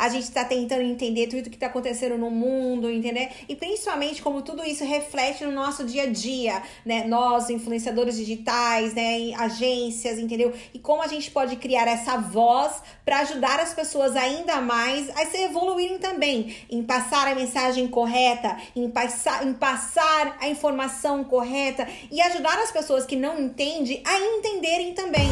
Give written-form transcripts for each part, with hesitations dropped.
a gente tá tentando entender tudo que tá acontecendo no mundo, entender? E principalmente como tudo isso reflete no nosso dia a dia, né? Nós, influenciadores digitais, né? Em agências, entendeu? E como a gente pode criar essa voz para ajudar as pessoas ainda mais a se evoluírem também, em passar a mensagem correta, em passar a informação correta e ajudar as pessoas que não entendem a entenderem também.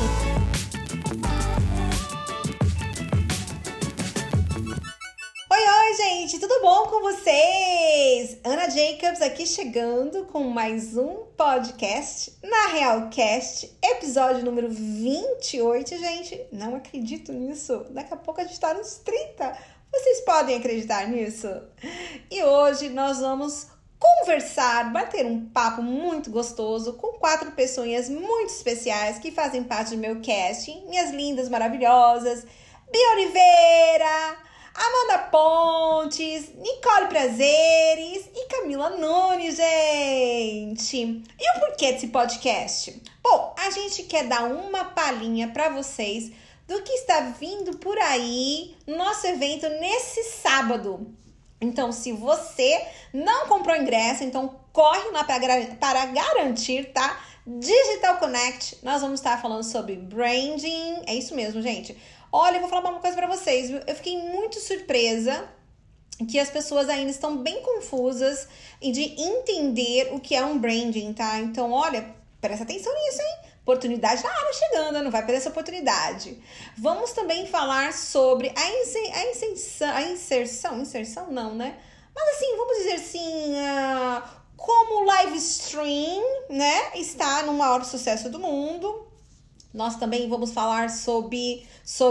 Oi, gente, tudo bom com vocês? Ana Jacobs aqui chegando com mais um podcast na Realcast, episódio número 28, gente. Não acredito nisso. Daqui a pouco a gente tá nos 30. Vocês podem acreditar nisso? E hoje nós vamos conversar, bater um papo muito gostoso com 4 pessoas muito especiais que fazem parte do meu casting. Minhas lindas, maravilhosas, Bia Oliveira, Amanda Pontes, Nicole Prazeres e Camila Nunes, gente. E o porquê desse podcast? Bom, a gente quer dar uma palhinha para vocês do que está vindo por aí no nosso evento nesse sábado. Então, se você não comprou ingresso, então corre lá para garantir, tá? Digital Connect, nós vamos estar falando sobre branding, é isso mesmo, gente. Olha, eu vou falar uma coisa pra vocês, viu? Eu fiquei muito surpresa que as pessoas ainda estão bem confusas de entender o que é um branding, tá? Então, olha, presta atenção nisso, hein? Oportunidade na área chegando, não vai perder essa oportunidade. Vamos também falar sobre a inserção não, né? Mas assim, vamos dizer assim, como o live stream, né, está no maior sucesso do mundo. Nós também vamos falar sobre...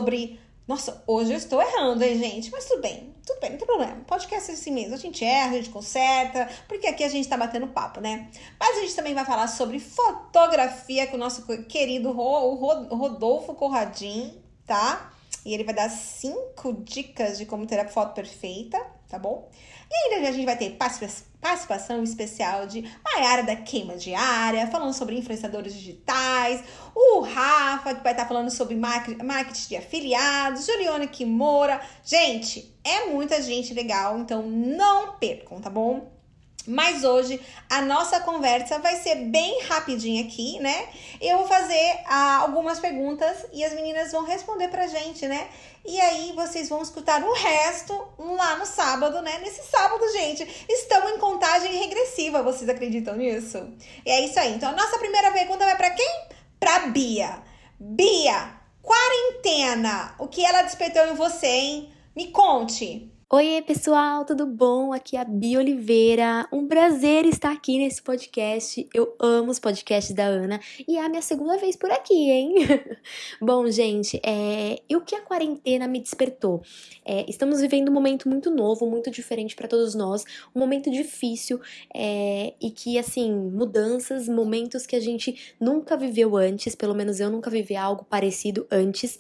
Nossa, hoje eu estou errando, hein, gente? Mas tudo bem, não tem problema. Podcast é assim mesmo, a gente erra, a gente conserta, porque aqui a gente tá batendo papo, né? Mas a gente também vai falar sobre fotografia com o nosso querido Rodolfo Corradin, tá? E ele vai dar 5 dicas de como ter a foto perfeita, tá bom? E ainda a gente vai ter participação especial de Maiara da Queima Diária, falando sobre influenciadores digitais, o Rafa, que vai estar falando sobre marketing de afiliados, Juliana Kimura. Gente, é muita gente legal, então não percam, tá bom? Mas hoje a nossa conversa vai ser bem rapidinha aqui, né? Eu vou fazer algumas perguntas e as meninas vão responder pra gente, né? E aí vocês vão escutar o resto lá no sábado, né? Nesse sábado, gente, estamos em contagem regressiva, vocês acreditam nisso? E é isso aí. Então a nossa primeira pergunta vai pra quem? Pra Bia. Bia, quarentena, o que ela despertou em você, hein? Me conte. Oi, pessoal, tudo bom? Aqui é a Bia Oliveira. Um prazer estar aqui nesse podcast. Eu amo os podcasts da Ana e é a minha segunda vez por aqui, hein? Bom, gente, e o que a quarentena me despertou? Estamos vivendo um momento muito novo, muito diferente para todos nós, um momento difícil e que, assim, mudanças, momentos que a gente nunca viveu antes, pelo menos eu nunca vivi algo parecido antes.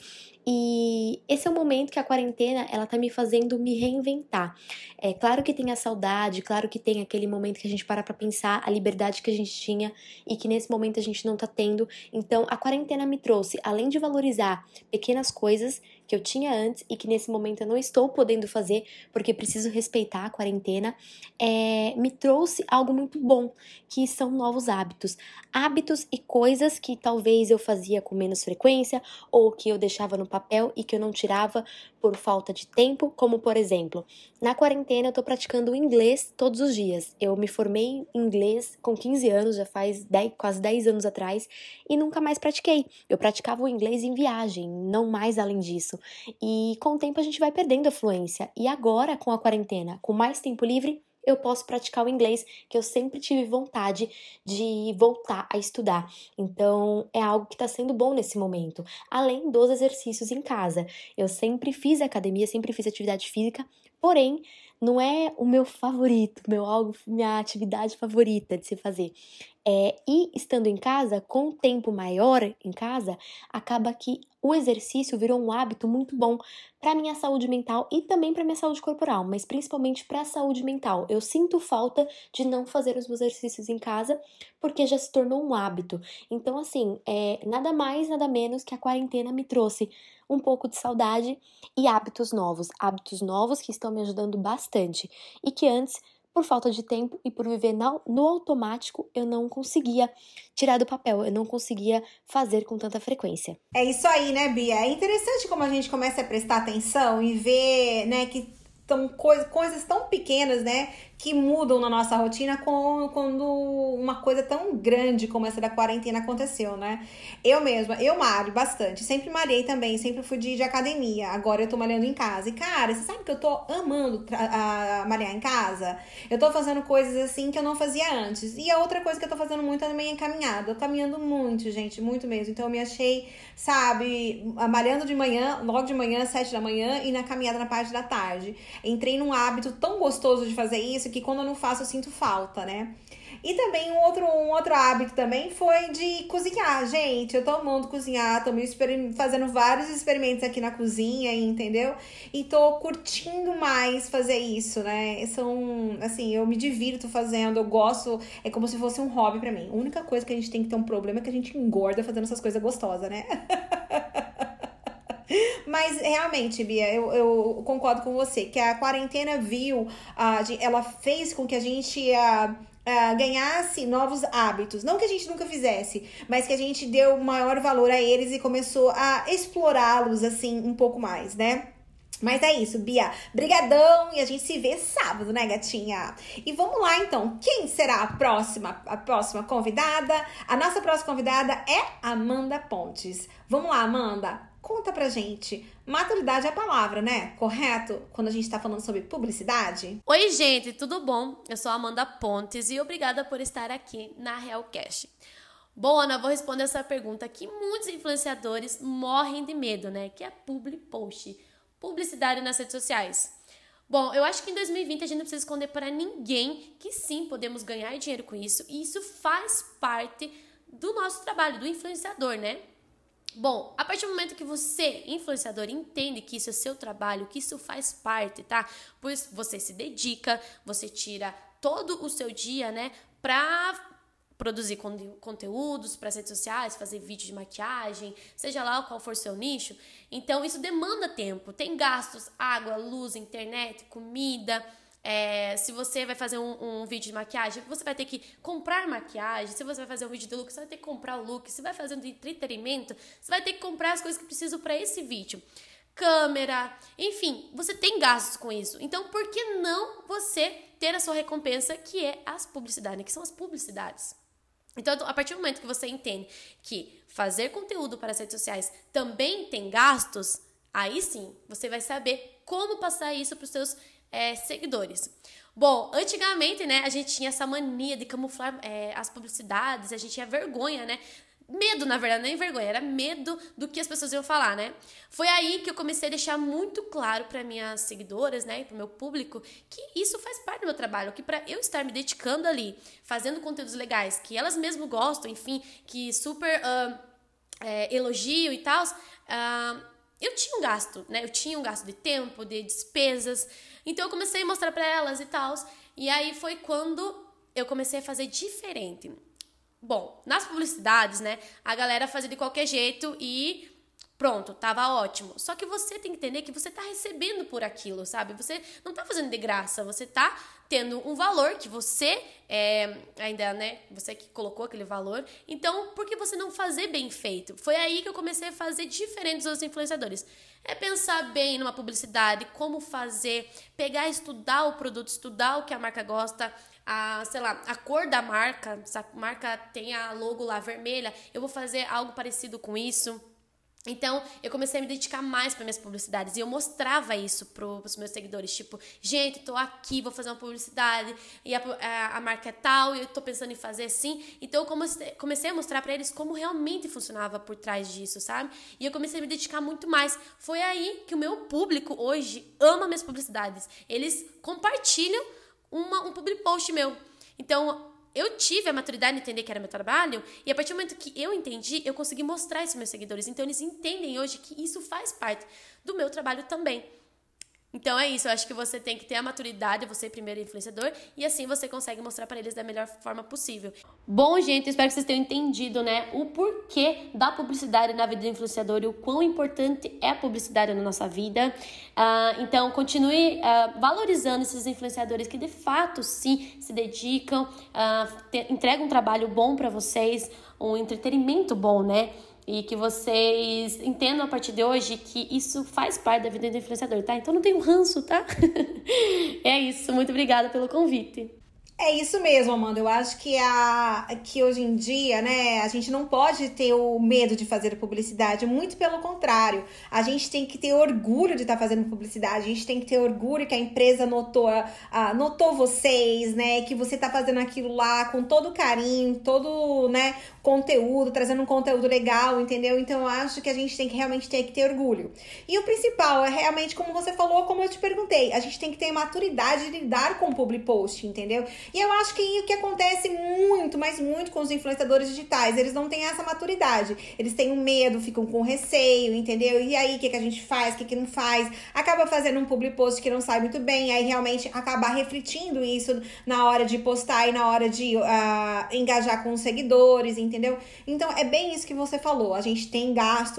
E esse é o momento que a quarentena, ela tá me fazendo me reinventar. É claro que tem a saudade, claro que tem aquele momento que a gente para pra pensar a liberdade que a gente tinha e que nesse momento a gente não tá tendo. Então, a quarentena me trouxe, além de valorizar pequenas coisas que eu tinha antes e que nesse momento eu não estou podendo fazer porque preciso respeitar a quarentena, me trouxe algo muito bom, que são novos hábitos. Hábitos e coisas que talvez eu fazia com menos frequência ou que eu deixava no papel e que eu não tirava por falta de tempo, como por exemplo, na quarentena eu tô praticando inglês todos os dias. Eu me formei em inglês com 15 anos, já faz quase 10 anos atrás, e nunca mais pratiquei. Eu praticava o inglês em viagem, não mais além disso. E com o tempo a gente vai perdendo a fluência. E agora, com a quarentena, com mais tempo livre, eu posso praticar o inglês, que eu sempre tive vontade de voltar a estudar. Então, é algo que está sendo bom nesse momento. Além dos exercícios em casa. Eu sempre fiz academia, sempre fiz atividade física, porém, não é o meu favorito, minha atividade favorita de se fazer. E estando em casa, com um tempo maior em casa, acaba que o exercício virou um hábito muito bom para minha saúde mental e também para minha saúde corporal, mas principalmente para a saúde mental. Eu sinto falta de não fazer os meus exercícios em casa porque já se tornou um hábito. Então, assim, nada mais, nada menos que a quarentena me trouxe um pouco de saudade e hábitos novos que estão me ajudando bastante e que antes, por falta de tempo e por viver no automático, eu não conseguia tirar do papel, eu não conseguia fazer com tanta frequência. É isso aí, né, Bia? É interessante como a gente começa a prestar atenção e ver, né, que são coisas tão pequenas, né, que mudam na nossa rotina quando uma coisa tão grande como essa da quarentena aconteceu, né? Eu malho bastante, sempre malhei também, sempre fui de academia, agora eu tô malhando em casa. E, cara, você sabe que eu tô amando malhar em casa? Eu tô fazendo coisas assim que eu não fazia antes. E a outra coisa que eu tô fazendo muito também é caminhada. Eu tô caminhando muito, gente, muito mesmo. Então eu me achei, sabe, malhando de manhã, logo de manhã, 7 da manhã, e na caminhada na parte da tarde. Entrei num hábito tão gostoso de fazer isso que quando eu não faço eu sinto falta, né? E também um outro hábito também foi de cozinhar, gente. Eu tô amando cozinhar, tô fazendo vários experimentos aqui na cozinha, entendeu? E tô curtindo mais fazer isso, né? Assim, eu me divirto fazendo, eu gosto, é como se fosse um hobby pra mim. A única coisa que a gente tem que ter um problema é que a gente engorda fazendo essas coisas gostosas, né? Mas realmente, Bia, eu concordo com você, que a quarentena ela fez com que a gente ganhasse novos hábitos. Não que a gente nunca fizesse, mas que a gente deu maior valor a eles e começou a explorá-los, assim, um pouco mais, né? Mas é isso, Bia. Brigadão e a gente se vê sábado, né, gatinha? E vamos lá, então. Quem será a próxima convidada? A nossa próxima convidada é Amanda Pontes. Vamos lá, Amanda. Conta pra gente. Maturidade é a palavra, né? Correto? Quando a gente tá falando sobre publicidade? Oi, gente, tudo bom? Eu sou a Amanda Pontes e obrigada por estar aqui na Realcast. Bom, Ana, vou responder essa pergunta que muitos influenciadores morrem de medo, né? Que é public post, publicidade nas redes sociais. Bom, eu acho que em 2020 a gente não precisa esconder para ninguém que sim, podemos ganhar dinheiro com isso e isso faz parte do nosso trabalho, do influenciador, né? Bom, a partir do momento que você, influenciador, entende que isso é seu trabalho, que isso faz parte, tá? Pois você se dedica, você tira todo o seu dia, né, pra produzir conteúdos para as redes sociais, fazer vídeo de maquiagem, seja lá qual for seu nicho. Então, isso demanda tempo. Tem gastos, água, luz, internet, comida. Se você vai fazer um vídeo de maquiagem, você vai ter que comprar maquiagem. Se você vai fazer um vídeo de look, você vai ter que comprar o look. Se vai fazer um de entretenimento, você vai ter que comprar as coisas que precisam para esse vídeo. Câmera, enfim, você tem gastos com isso. Então, por que não você ter a sua recompensa, que é as publicidades, que são as publicidades? Então, a partir do momento que você entende que fazer conteúdo para as redes sociais também tem gastos, aí sim, você vai saber como passar isso para os seus seguidores. Bom, antigamente, né, a gente tinha essa mania de camuflar as publicidades, a gente tinha vergonha, né? Medo, na verdade, nem vergonha, era medo do que as pessoas iam falar, né? Foi aí que eu comecei a deixar muito claro para minhas seguidoras, né, e para o meu público, que isso faz parte do meu trabalho, que para eu estar me dedicando ali, fazendo conteúdos legais, que elas mesmo gostam, enfim, que super elogio e tal, eu tinha um gasto, né? Eu tinha um gasto de tempo, de despesas. Então eu comecei a mostrar pra elas e tal. E aí foi quando eu comecei a fazer diferente. Bom, nas publicidades, né? A galera fazia de qualquer jeito e pronto, tava ótimo. Só que você tem que entender que você tá recebendo por aquilo, sabe? Você não tá fazendo de graça, você tá tendo um valor que você ainda, né? Você que colocou aquele valor. Então, por que você não fazer bem feito? Foi aí que eu comecei a fazer diferente dos outros influenciadores. É pensar bem numa publicidade, como fazer, pegar e estudar o produto, estudar o que a marca gosta, a cor da marca. Se a marca tem a logo lá vermelha, eu vou fazer algo parecido com isso. Então, eu comecei a me dedicar mais para minhas publicidades e eu mostrava isso pros meus seguidores, tipo, gente, tô aqui, vou fazer uma publicidade e a marca é tal e eu tô pensando em fazer assim. Então, eu comecei a mostrar para eles como realmente funcionava por trás disso, sabe? E eu comecei a me dedicar muito mais. Foi aí que o meu público hoje ama minhas publicidades. Eles compartilham um public post meu. Então, eu tive a maturidade de entender que era meu trabalho e a partir do momento que eu entendi, eu consegui mostrar isso aos meus seguidores. Então, eles entendem hoje que isso faz parte do meu trabalho também. Então é isso, eu acho que você tem que ter a maturidade, você primeiro influenciador, e assim você consegue mostrar para eles da melhor forma possível. Bom, gente, espero que vocês tenham entendido, né, o porquê da publicidade na vida do influenciador e o quão importante é a publicidade na nossa vida. Então, continue valorizando esses influenciadores que de fato, sim, se dedicam, entregam um trabalho bom para vocês, um entretenimento bom, né? E que vocês entendam a partir de hoje que isso faz parte da vida do influenciador, tá? Então não tem um ranço, tá? É isso, muito obrigada pelo convite. É isso mesmo, Amanda. Eu acho que hoje em dia, né, a gente não pode ter o medo de fazer publicidade. Muito pelo contrário. A gente tem que ter orgulho de estar fazendo publicidade. A gente tem que ter orgulho que a empresa notou vocês, né? Que você tá fazendo aquilo lá com todo carinho, todo, né, conteúdo, trazendo um conteúdo legal, entendeu? Então eu acho que a gente tem que realmente ter orgulho. E o principal é realmente, como você falou, como eu te perguntei, a gente tem que ter maturidade de lidar com o public post, entendeu? E eu acho que o que acontece muito, mas muito com os influenciadores digitais, eles não têm essa maturidade. Eles têm um medo, ficam com receio, entendeu? E aí, o que a gente faz, o que não faz? Acaba fazendo um public post que não sai muito bem, aí realmente acaba refletindo isso na hora de postar e na hora de engajar com os seguidores, entendeu? Então, é bem isso que você falou. A gente tem gasto,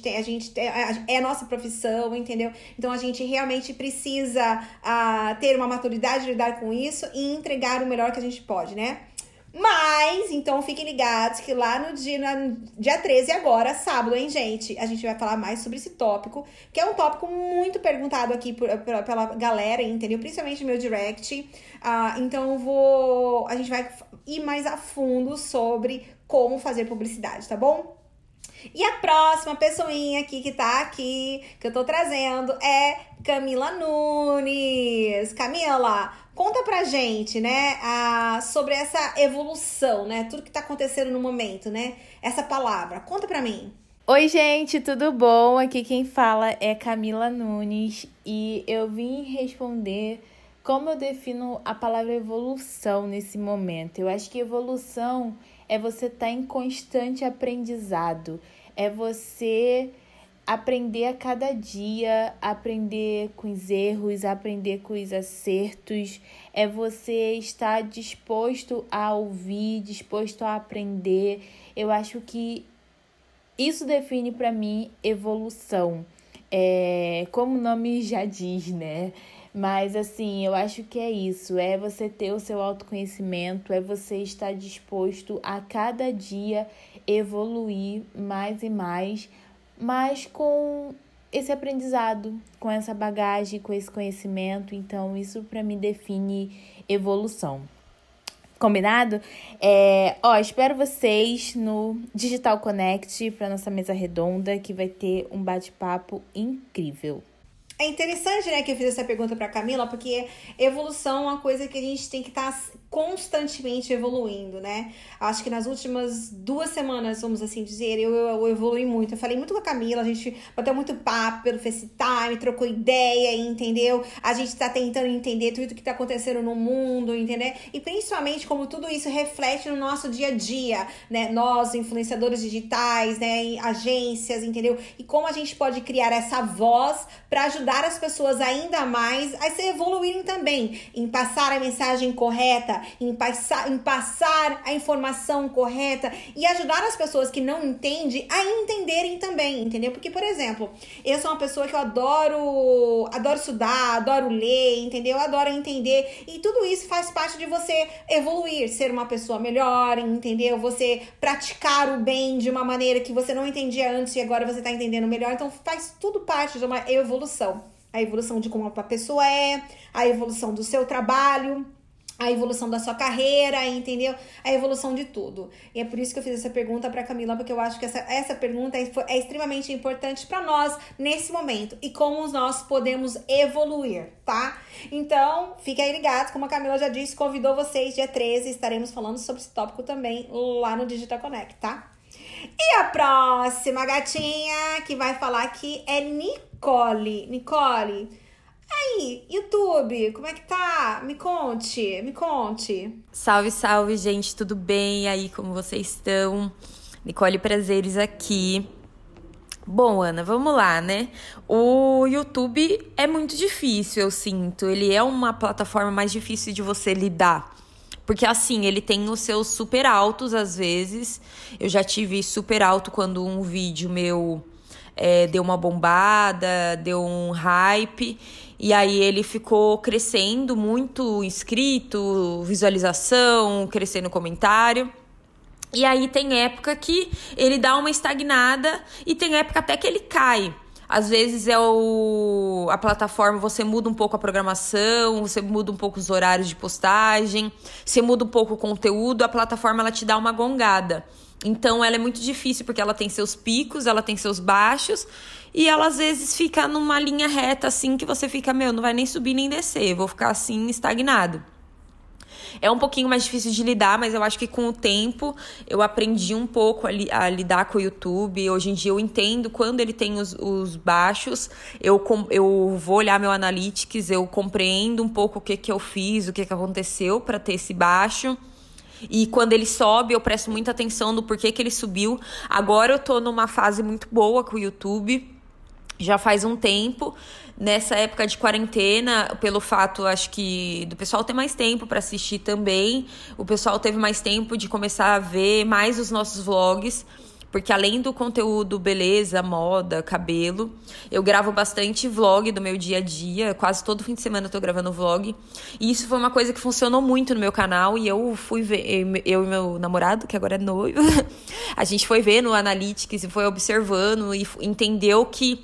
é a nossa profissão, entendeu? Então, a gente realmente precisa ter uma maturidade de lidar com isso e entregar o melhor que a gente pode, né? Mas, então, fiquem ligados que lá no dia 13 agora, sábado, hein, gente? A gente vai falar mais sobre esse tópico, que é um tópico muito perguntado aqui pela galera, entendeu? Principalmente no meu direct. Então, a gente vai ir mais a fundo sobre como fazer publicidade, tá bom? E a próxima pessoinha aqui que tá aqui, que eu tô trazendo, é Camila Nunes. Camila, conta pra gente, né, sobre essa evolução, né, tudo que tá acontecendo no momento, né, essa palavra. Conta pra mim. Oi, gente, tudo bom? Aqui quem fala é Camila Nunes e eu vim responder como eu defino a palavra evolução nesse momento. Eu acho que evolução é você estar em constante aprendizado, é você aprender a cada dia, aprender com os erros, aprender com os acertos, é você estar disposto a ouvir, disposto a aprender. Eu acho que isso define para mim evolução, como o nome já diz, né? Mas, assim, eu acho que é isso, é você ter o seu autoconhecimento, é você estar disposto a cada dia evoluir mais e mais, mas com esse aprendizado, com essa bagagem, com esse conhecimento. Então, isso para mim define evolução. Combinado? Espero vocês no Digital Connect para nossa mesa redonda, que vai ter um bate-papo incrível. É interessante, né, que eu fiz essa pergunta pra Camila, porque evolução é uma coisa que a gente tem que estar constantemente evoluindo, né? Acho que nas últimas 2 semanas, vamos assim dizer, eu evolui muito. Eu falei muito com a Camila, a gente bateu muito papo pelo FaceTime, trocou ideia, entendeu? A gente tá tentando entender tudo que tá acontecendo no mundo, entendeu? E principalmente como tudo isso reflete no nosso dia a dia, né? Nós, influenciadores digitais, né, em agências, entendeu? E como a gente pode criar essa voz pra ajudar as pessoas ainda mais a se evoluírem também, em passar a mensagem correta, em passar a informação correta e ajudar as pessoas que não entendem a entenderem também, entendeu? Porque, por exemplo, eu sou uma pessoa que eu adoro estudar, adoro ler, entendeu? Adoro entender, e tudo isso faz parte de você evoluir, ser uma pessoa melhor, entendeu? Você praticar o bem de uma maneira que você não entendia antes e agora você tá entendendo melhor. Então faz tudo parte de uma evolução. A evolução de como a pessoa é, a evolução do seu trabalho, a evolução da sua carreira, entendeu? A evolução de tudo. E é por isso que eu fiz essa pergunta para Camila, porque eu acho que essa pergunta é extremamente importante para nós nesse momento e como nós podemos evoluir, tá? Então, fiquem aí ligados, como a Camila já disse, convidou vocês, dia 13, estaremos falando sobre esse tópico também lá no Digital Connect, tá? E a próxima gatinha que vai falar aqui é Nicole. Nicole, aí, YouTube, como é que tá? Me conte. Salve, salve, gente, tudo bem? E aí, como vocês estão? Nicole Prazeres aqui. Bom, Ana, vamos lá, né? O YouTube é muito difícil, eu sinto. Ele é uma plataforma mais difícil de você lidar. Porque, assim, ele tem os seus super altos, às vezes. Eu já tive super alto quando um vídeo meu deu uma bombada, deu um hype. E aí ele ficou crescendo muito, inscrito, visualização, crescendo comentário. E aí tem época que ele dá uma estagnada e tem época até que ele cai. Às vezes a plataforma, você muda um pouco a programação, você muda um pouco os horários de postagem, você muda um pouco o conteúdo, a plataforma ela te dá uma gongada. Então ela é muito difícil porque ela tem seus picos, ela tem seus baixos e ela às vezes fica numa linha reta assim que você fica, não vai nem subir nem descer, vou ficar assim estagnado. É um pouquinho mais difícil de lidar, mas eu acho que com o tempo eu aprendi um pouco a lidar com o YouTube. Hoje em dia eu entendo quando ele tem os baixos, eu vou olhar meu Analytics, eu compreendo um pouco o que eu fiz, o que aconteceu para ter esse baixo. E quando ele sobe, eu presto muita atenção no porquê que ele subiu. Agora eu tô numa fase muito boa com o YouTube, já faz um tempo. Nessa época de quarentena, pelo fato, acho que, do pessoal ter mais tempo para assistir também, o pessoal teve mais tempo de começar a ver mais os nossos vlogs, porque além do conteúdo beleza, moda, cabelo, eu gravo bastante vlog do meu dia a dia, quase todo fim de semana eu tô gravando vlog, e isso foi uma coisa que funcionou muito no meu canal, e eu fui ver, eu e meu namorado, que agora é noivo, a gente foi ver no Analytics e foi observando e entendeu que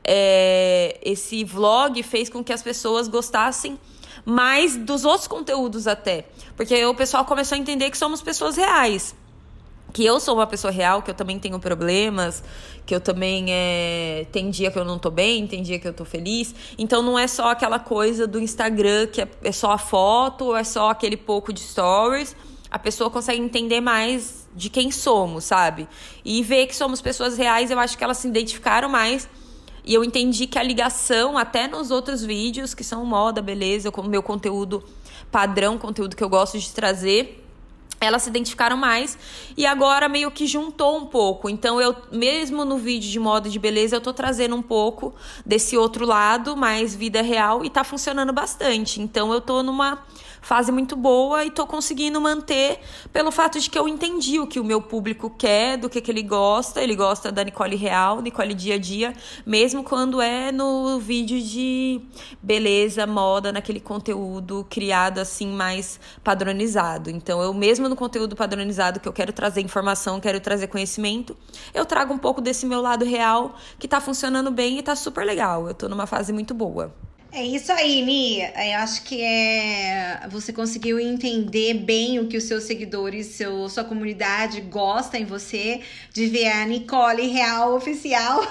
esse vlog fez com que as pessoas gostassem mais dos outros conteúdos até. Porque o pessoal começou a entender que somos pessoas reais. Que eu sou uma pessoa real, que eu também tenho problemas, que eu também tem dia que eu não tô bem, tem dia que eu tô feliz. Então não é só aquela coisa do Instagram que é só a foto, ou é só aquele pouco de stories. A pessoa consegue entender mais de quem somos, sabe? E ver que somos pessoas reais, eu acho que elas se identificaram mais. E eu entendi que a ligação, até nos outros vídeos, que são moda, beleza, com o meu conteúdo padrão, conteúdo que eu gosto de trazer, elas se identificaram mais. E agora meio que juntou um pouco. Então, eu mesmo no vídeo de moda e de beleza, eu tô trazendo um pouco desse outro lado, mais vida real, e tá funcionando bastante. Então, eu tô numa fase muito boa e tô conseguindo manter pelo fato de que eu entendi o que o meu público quer, do que ele gosta. Ele gosta da Nicole real, Nicole dia a dia, mesmo quando é no vídeo de beleza, moda, naquele conteúdo criado assim mais padronizado. Então eu mesmo no conteúdo padronizado que eu quero trazer informação, quero trazer conhecimento, eu trago um pouco desse meu lado real que tá funcionando bem e tá super legal. Eu tô numa fase muito boa. É isso aí, Mi. Eu acho que você conseguiu entender bem o que os seus seguidores, sua comunidade gosta em você, de ver a Nicole real, oficial.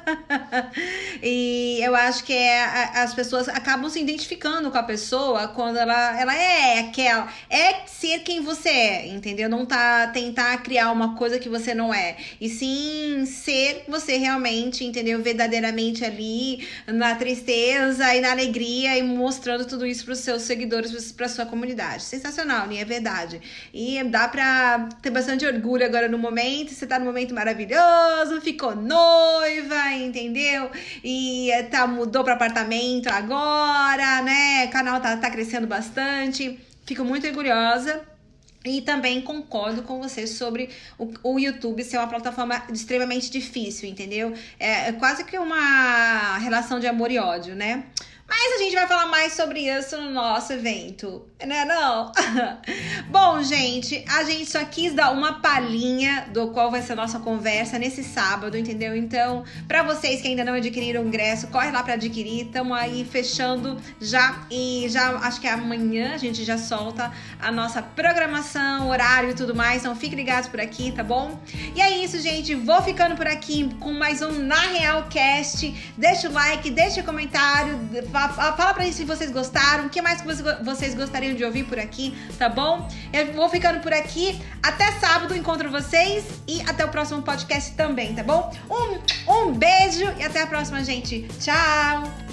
E eu acho que as pessoas acabam se identificando com a pessoa quando ela é aquela. É ser quem você é, entendeu? Não tentar criar uma coisa que você não é. E sim ser você realmente, entendeu? Verdadeiramente ali, na tristeza e na alegria, e mostrando tudo isso para os seus seguidores, para sua comunidade. Sensacional, né? É verdade. E dá para ter bastante orgulho agora no momento. Você tá num momento maravilhoso, ficou noiva, entendeu? E mudou para apartamento agora, né? O canal tá crescendo bastante. Fico muito orgulhosa. E também concordo com você sobre o YouTube ser uma plataforma extremamente difícil, entendeu? É quase que uma relação de amor e ódio, né? Mas a gente vai falar mais sobre isso no nosso evento, né? Não? Bom, gente, a gente só quis dar uma palhinha do qual vai ser a nossa conversa nesse sábado, entendeu? Então, pra vocês que ainda não adquiriram o ingresso, corre lá pra adquirir. Estamos aí fechando já. E já acho que amanhã a gente já solta a nossa programação, horário e tudo mais. Então, fiquem ligados por aqui, tá bom? E é isso, gente. Vou ficando por aqui com mais um Na Real Cast. Deixa o like, deixa o comentário. Fala pra gente se vocês gostaram, o que mais que vocês gostariam de ouvir por aqui, tá bom? Eu vou ficando por aqui, até sábado encontro vocês e até o próximo podcast também, tá bom? Um beijo e até a próxima, gente. Tchau!